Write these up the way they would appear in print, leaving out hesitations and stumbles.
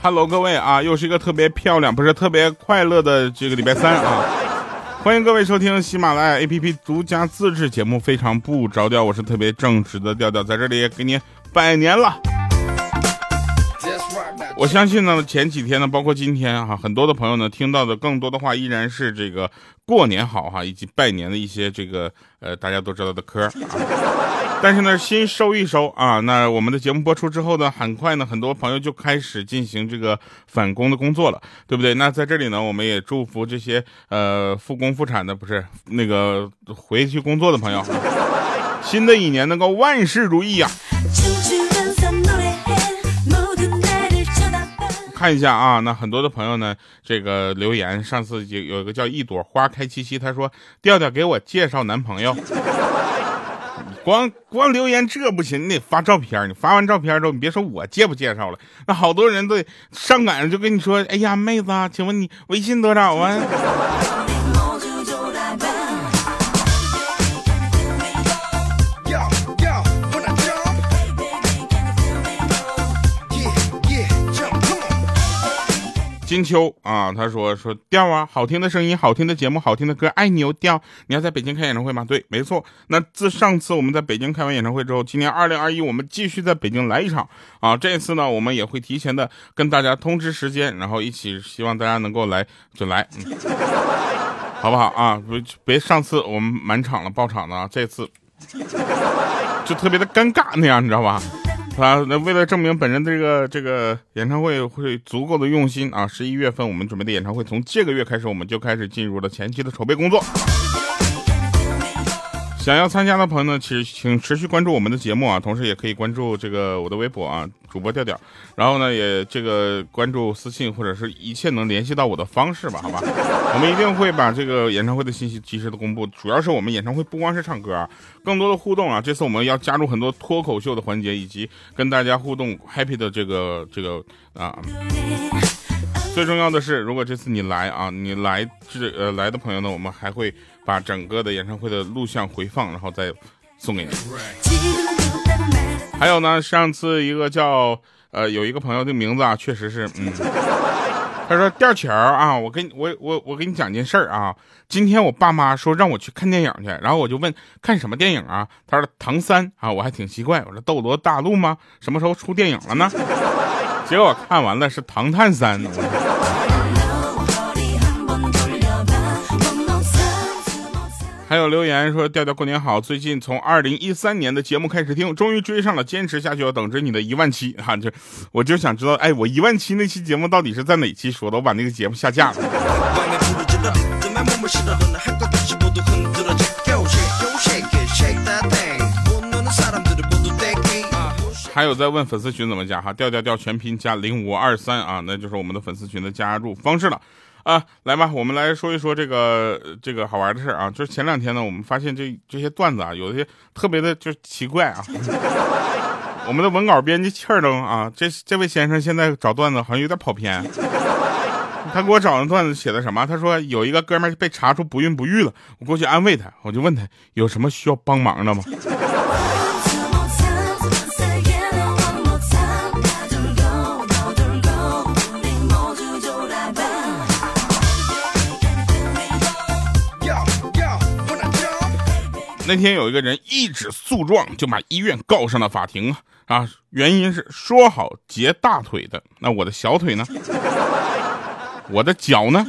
Hello， 各位啊，又是一个特别漂亮，不是特别快乐的这个礼拜三啊！欢迎各位收听喜马拉雅 APP 独家自制节目《非常不着调》，我是特别正直的调调，在这里也给你拜年了。我相信呢，前几天呢，包括今天哈，很多的朋友呢听到的更多的话依然是这个过年好哈，以及拜年的一些这个大家都知道的嗑。但是呢，心收一收啊，那我们的节目播出之后呢，很快呢，很多朋友就开始进行这个返工的工作了，对不对？那在这里呢，我们也祝福这些复工复产的，不是那个回去工作的朋友，新的一年能够万事如意啊！看一下啊，那很多的朋友呢，这个留言，上次有一个叫一朵花开七夕，他说调调给我介绍男朋友。光留言这不行，你得发照片。你发完照片之后，你别说我介不介绍了，那好多人都上赶着就跟你说，哎呀妹子啊，请问你微信多少啊？金秋啊，他说调啊，好听的声音，好听的节目，好听的歌，爱你哦调。你要在北京开演唱会吗？对，没错。那自上次我们在北京开完演唱会之后，今年2021我们继续在北京来一场啊。这次呢，我们也会提前的跟大家通知时间，然后一起希望大家能够来就来，好不好啊？别上次我们满场了爆场的啊，这次就特别的尴尬那样，你知道吧？那为了证明本人的这个演唱会会足够的用心啊，11月份我们准备的演唱会从这个月开始我们就开始进入了前期的筹备工作。想要参加的朋友呢，请持续关注我们的节目啊，同时也可以关注这个我的微博啊，主播调调，然后呢也这个关注私信或者是一切能联系到我的方式吧，好吧？我们一定会把这个演唱会的信息及时的公布，主要是我们演唱会不光是唱歌啊，更多的互动啊，这次我们要加入很多脱口秀的环节，以及跟大家互动 happy 的这个啊。最重要的是，如果这次你来啊，你来来的朋友呢，我们还会把整个的演唱会的录像回放，然后再送给你。还有呢，上次一个叫有一个朋友的名字啊，确实是他说吊钱啊，我给你讲件事儿啊，今天我爸妈说让我去看电影去，然后我就问看什么电影啊，他说唐三啊，我还挺奇怪，我说斗罗大陆吗？什么时候出电影了呢？结果我看完了是唐探3。还有留言说调调过年好，最近从2013年的节目开始听，终于追上了，坚持下去要等着你的17000哈，我就想知道，哎，我17000那期节目到底是在哪期说的？我把那个节目下架了。还有在问粉丝群怎么加哈，调全拼加0523啊，那就是我们的粉丝群的加入方式了啊。来吧，我们来说一说这个好玩的事啊，就是前2天呢，我们发现这些段子啊，有些特别的就奇怪啊。我们的文稿编辑气儿灯啊，这位先生现在找段子好像有点跑偏。他给我找的段子写的什么？他说有一个哥们儿被查出不孕不育了，我过去安慰他，我就问他有什么需要帮忙的吗？那天有一个人一纸诉状就把医院告上了法庭啊，原因是说好截大腿的，那我的小腿呢？我的脚呢？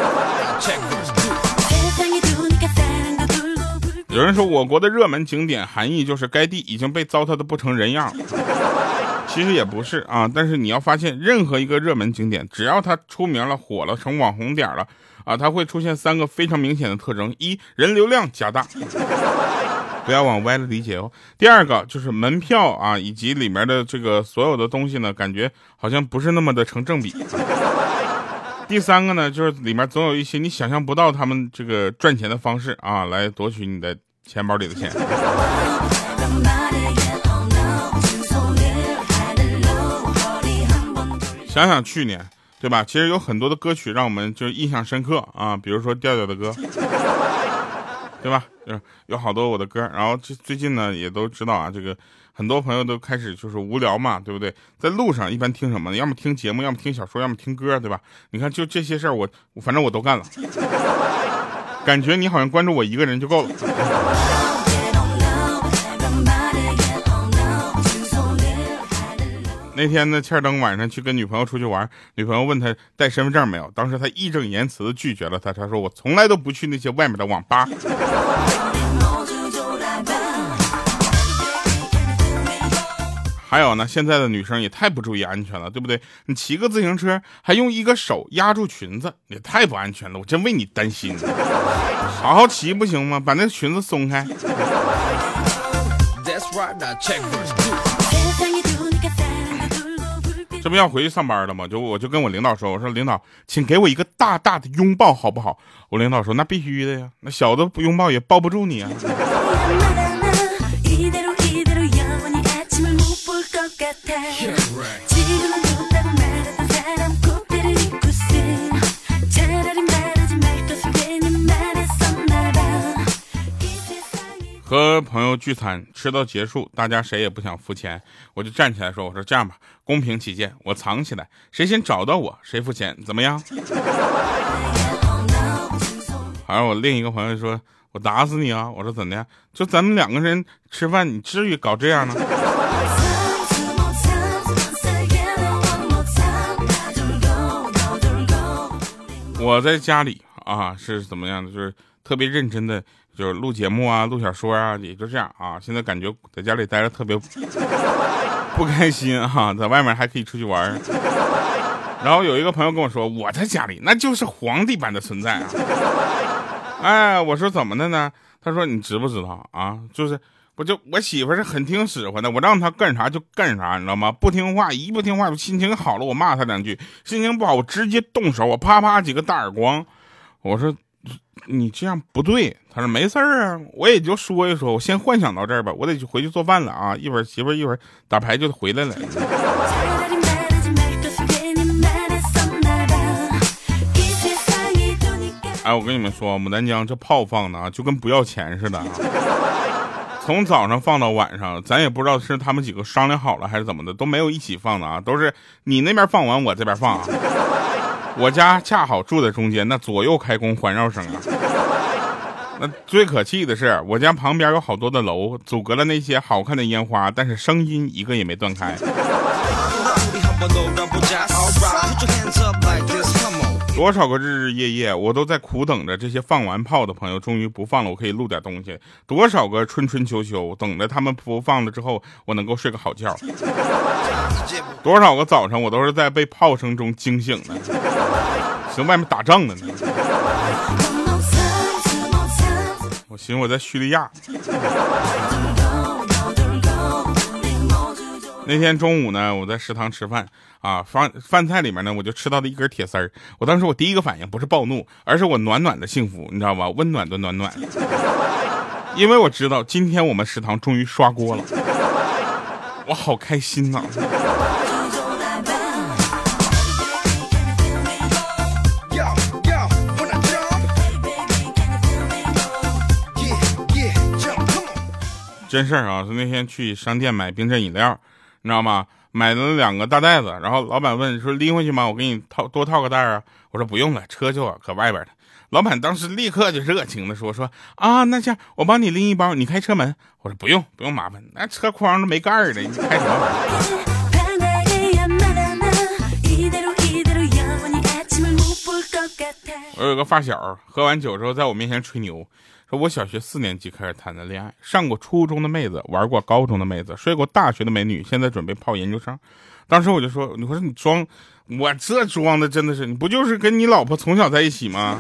有人说我国的热门景点含义就是该地已经被糟蹋的不成人样了，其实也不是啊，但是你要发现任何一个热门景点，只要它出名了火了成网红点了啊，它会出现3个非常明显的特征：一，人流量加大，不要往歪了理解哦；第2个就是门票啊以及里面的这个所有的东西呢，感觉好像不是那么的成正比；第3个呢，就是里面总有一些你想象不到他们这个赚钱的方式啊，来夺取你的钱包里的钱。想想去年，对吧？其实有很多的歌曲让我们就印象深刻啊，比如说调调的歌， 对吧？有好多我的歌，然后最近呢也都知道啊，这个很多朋友都开始就是无聊嘛，对不对？在路上一般听什么呢？要么听节目，要么听小说，要么听歌，对吧？你看就这些事儿，反正我都干了，感觉你好像关注我一个人就够了。那天呢，欠灯晚上去跟女朋友出去玩，女朋友问他带身份证没有，当时他义正言辞的拒绝了他，他说我从来都不去那些外面的网吧。还有呢，现在的女生也太不注意安全了，对不对？你骑个自行车还用一个手压住裙子，也太不安全了，我真为你担心。好好骑不行吗？把那裙子松开。这不要回去上班了吗？我就跟我领导说，我说领导，请给我一个大大的拥抱好不好？我领导说那必须的呀，那小的不拥抱也抱不住你啊。和朋友聚餐吃到结束，大家谁也不想付钱，我就站起来说，我说这样吧，公平起见，我藏起来，谁先找到我谁付钱，怎么样？好像我另一个朋友说，我打死你啊！我说怎的呀？就咱们两个人吃饭，你至于搞这样呢？我在家里啊是怎么样的？就是特别认真的，就是录节目啊，录小说啊，也就这样啊。现在感觉在家里待着特别不开心啊，在外面还可以出去玩。然后有一个朋友跟我说，我在家里那就是皇帝般的存在啊。哎，我说怎么的呢？他说你知不知道啊？就是我媳妇是很听使唤的，我让她干啥就干啥，你知道吗？不听话，一不听话，我心情好了我骂她两句，心情不好我直接动手，我啪啪几个大耳光。我说你这样不对。他说没事儿啊，我也就说一说，我先幻想到这儿吧，我得回去做饭了啊，一会儿媳妇一会儿打牌就回来了。哎，我跟你们说，牡丹江这炮放的啊，就跟不要钱似的啊。从早上放到晚上，咱也不知道是他们几个商量好了还是怎么的，都没有一起放的啊，都是你那边放完我这边放啊。我家恰好住在中间，那左右开弓环绕声啊。那最可气的是，我家旁边有好多的楼，阻隔了那些好看的烟花，但是声音一个也没断开。多少个日日夜夜，我都在苦等着这些放完炮的朋友终于不放了，我可以录点东西。多少个春春秋秋，等着他们不放了之后，我能够睡个好觉。多少个早上，我都是在被炮声中惊醒的，从外面打仗的呢。我寻思我在叙利亚。那天中午呢，我在食堂吃饭啊，饭菜里面呢，我就吃到了一根铁丝儿。我当时我第一个反应不是暴怒，而是我暖暖的幸福，你知道吧？温暖的暖暖，因为我知道今天我们食堂终于刷锅了，我好开心呐！真事儿啊，是那天去商店买冰镇饮料。你知道吗？买了2个大袋子，然后老板问说拎回去吗？我给你多套个袋啊。我说不用了，车就搁外边的。老板当时立刻就热情的说啊，那这样我帮你拎一包，你开车门。我说不用麻烦，那车筐都没盖的，你开什么玩意？我有个发小，喝完酒之后在我面前吹牛。说我小学4年级开始谈的恋爱，上过初中的妹子，玩过高中的妹子，睡过大学的美女，现在准备泡研究生。当时我就说，你说你装，我这装的真的是，你不就是跟你老婆从小在一起吗？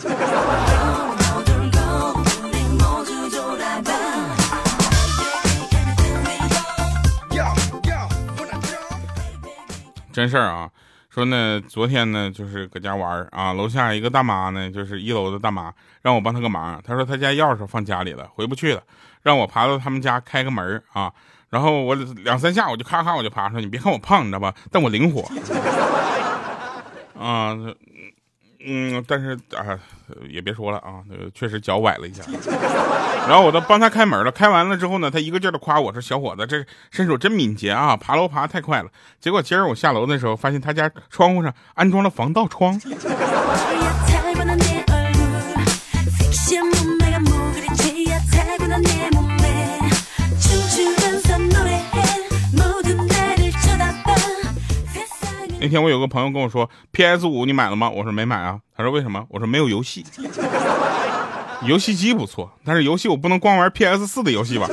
真事儿啊。说呢，昨天呢就是搁家玩啊，楼下一个大妈呢，就是1楼的大妈，让我帮她个忙。她说她家钥匙放家里了，回不去了，让我爬到他们家开个门啊。然后我2、3下我就咔咔我就爬，说你别看我胖，你知道吧？但我灵活啊。 但是也别说了啊，确实脚崴了一下。然后我都帮他开门了，开完了之后呢，他一个劲儿的夸我说：“小伙子，这身手真敏捷啊，爬楼爬太快了。”结果今儿我下楼的时候，发现他家窗户上安装了防盗窗。那天我有个朋友跟我说 PS5 你买了吗？我说没买啊。他说为什么？我说没有游戏。游戏机不错，但是游戏我不能光玩 PS4 的游戏吧。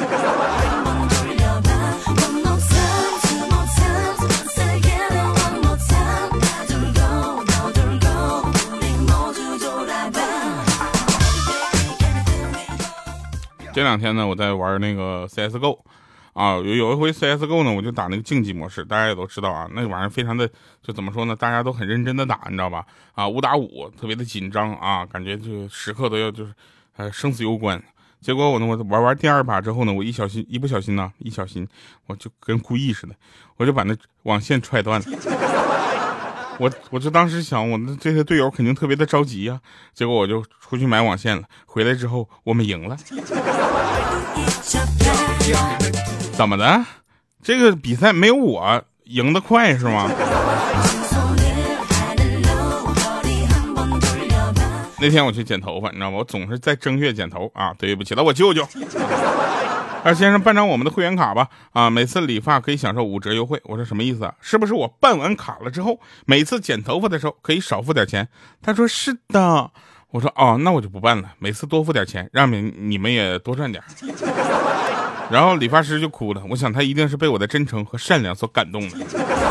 这两天呢，我在玩那个 CSGO。有一回 CSGO 呢，我就打那个竞技模式，大家也都知道啊，那玩意儿非常的，就怎么说呢，大家都很认真的打，你知道吧？5打5，特别的紧张啊，感觉就时刻都要就是，生死攸关。结果我玩完第2把之后呢，我一不小心我就跟故意似的，我就把那网线踹断了。我就当时想，我的这些队友肯定特别的着急啊，结果我就出去买网线了，回来之后我们赢了。怎么的？这个比赛没有我赢得快是吗？那天我去剪头发，你知道吗？我总是在正月剪头啊，对不起了，我舅舅。先生办张我们的会员卡吧，每次理发可以享受5折优惠。我说什么意思啊？是不是我办完卡了之后，每次剪头发的时候可以少付点钱？他说是的。我说那我就不办了，每次多付点钱，让你们也多赚点。然后理发师就哭了，我想他一定是被我的真诚和善良所感动的。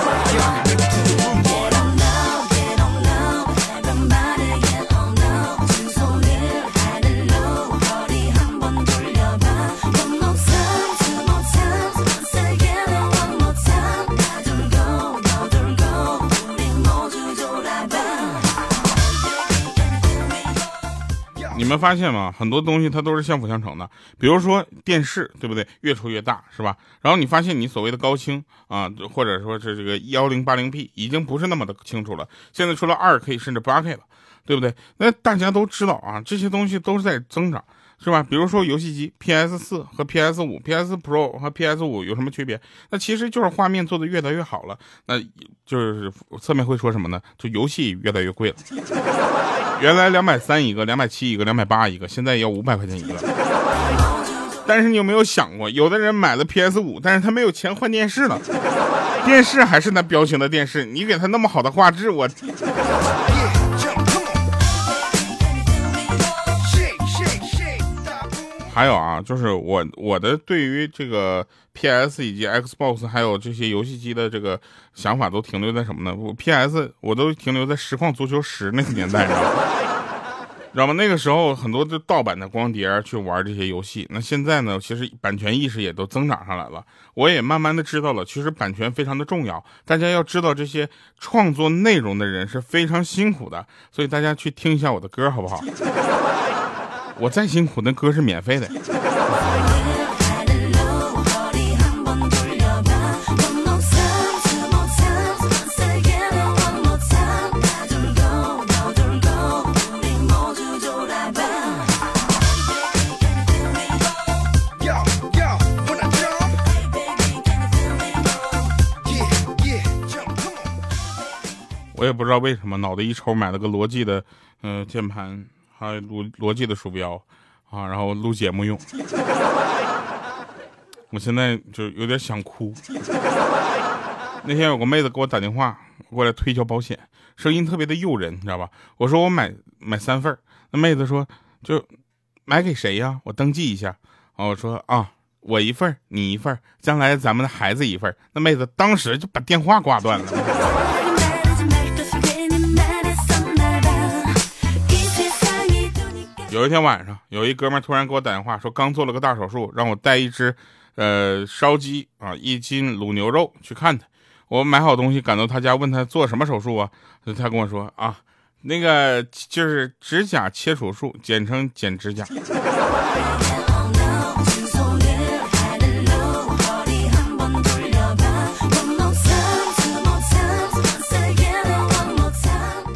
你们发现吗？很多东西它都是相辅相成的。比如说电视，对不对？越出越大，是吧？然后你发现你所谓的高清啊，或者说是这个1080p 已经不是那么的清楚了。现在出了2K 甚至8K 了，对不对？那大家都知道啊，这些东西都是在增长，是吧？比如说游戏机 PS4 和 PS5 ，PS Pro 和 PS5 有什么区别？那其实就是画面做得越来越好了，那就是侧面会说什么呢？就游戏越来越贵了。原来230一个，270一个，280一个，现在也要500块钱一个。但是你有没有想过，有的人买了 PS5，但是他没有钱换电视了，电视还是那标型的电视，你给他那么好的画质，我。还有啊，就是我的对于这个 PS 以及 Xbox 还有这些游戏机的这个想法都停留在什么呢？PS 我都停留在实况足球10那个年代，知道吗？那个时候很多的盗版的光碟去玩这些游戏，那现在呢，其实版权意识也都增长上来了。我也慢慢的知道了，其实版权非常的重要，大家要知道这些创作内容的人是非常辛苦的，所以大家去听一下我的歌好不好？我再辛苦，那歌是免费的。我也不知道为什么脑袋一抽买了个罗技的键盘，还有罗技的鼠标啊，然后录节目用。我现在就有点想哭。那天有个妹子给我打电话过来推销保险，声音特别的诱人，你知道吧？我说我买3份，那妹子说就买给谁呀？我登记一下。我说我1份，你1份，将来咱们的孩子1份。那妹子当时就把电话挂断了。有一天晚上，有一哥们突然给我打电话说刚做了个大手术，让我带一只烧鸡1斤卤牛肉去看他。我买好东西赶到他家，问他做什么手术啊？他跟我说那个就是指甲切除术，简称剪指甲。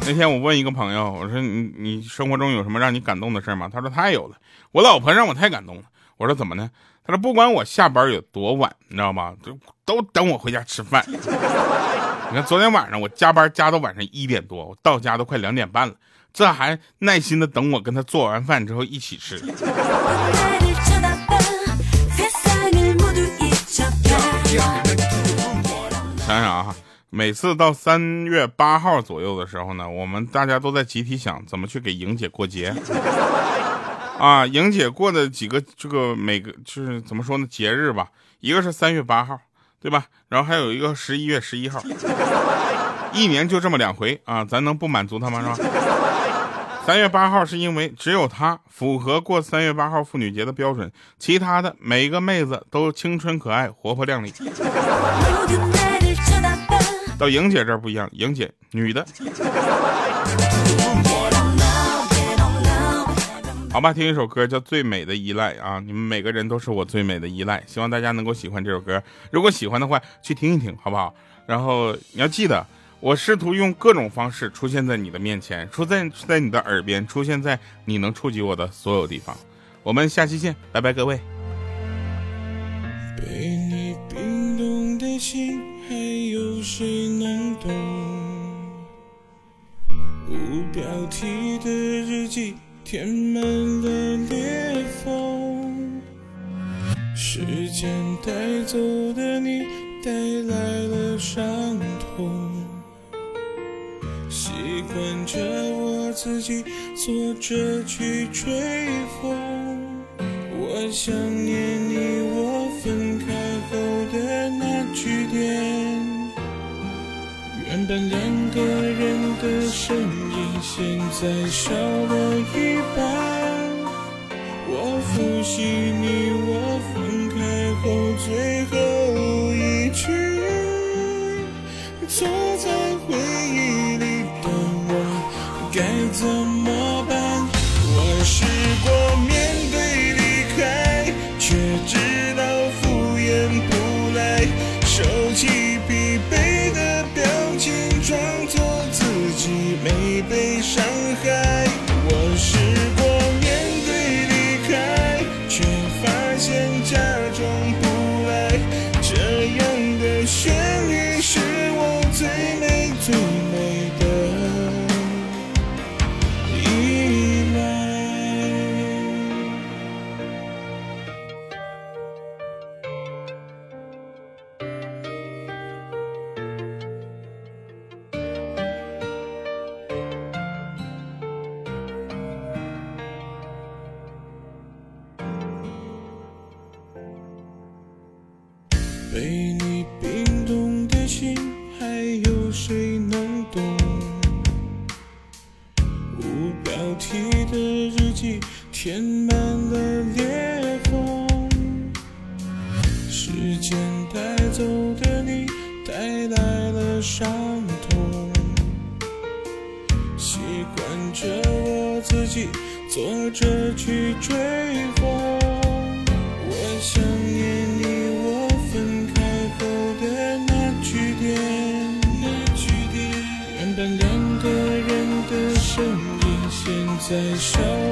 那天我问一个朋友，我说你生活中有什么让你感动的事吗？他说太有了，我老婆让我太感动了。我说怎么呢？他说不管我下班有多晚，你知道吗？都等我回家吃饭。你看昨天晚上我加班加到晚上1点多，我到家都快2点半了，这还耐心的等我跟他做完饭之后一起吃。想想啊，每次到3月8号左右的时候呢，我们大家都在集体想怎么去给莹姐过节。啊，莹姐过的几个每个就是怎么说呢，节日吧，一个是3月8号，对吧？然后还有一个11月11号，一年就这么2回啊，咱能不满足他吗？是吧？3月8号是因为只有她符合过3月8号妇女节的标准，其他的每个妹子都青春可爱、活泼靓丽。到莹姐这儿不一样，莹姐女的。好吧，听一首歌叫《最美的依赖》啊！你们每个人都是我最美的依赖，希望大家能够喜欢这首歌。如果喜欢的话，去听一听，好不好？然后你要记得，我试图用各种方式出现在你的面前，出现在你的耳边，出现在你能触及我的所有地方。我们下期见，拜拜，各位。 被你冰冻的心，还有谁能懂？无标题的日记填满了裂缝，时间带走的你带来了伤痛，习惯着我自己坐着去追风。我想念你，我分开后的那句点，原本2个人的身影现在少了一半。我复习你我分开后最后一句，坐在回忆里的我该怎么办？我试过面对离开，却知道敷衍不来，收起疲惫的表情，装作自己没被伤害。我试过面对离开，却发现假装不来，这样的旋律是我最美最美的依赖。被你冰冻的心，还有谁能懂？无标题的日记填满了裂缝，时间带走的你带来了伤痛，习惯着我自己坐着去追风。我想念你，我分开后的那句点，原本2个人的身影现在少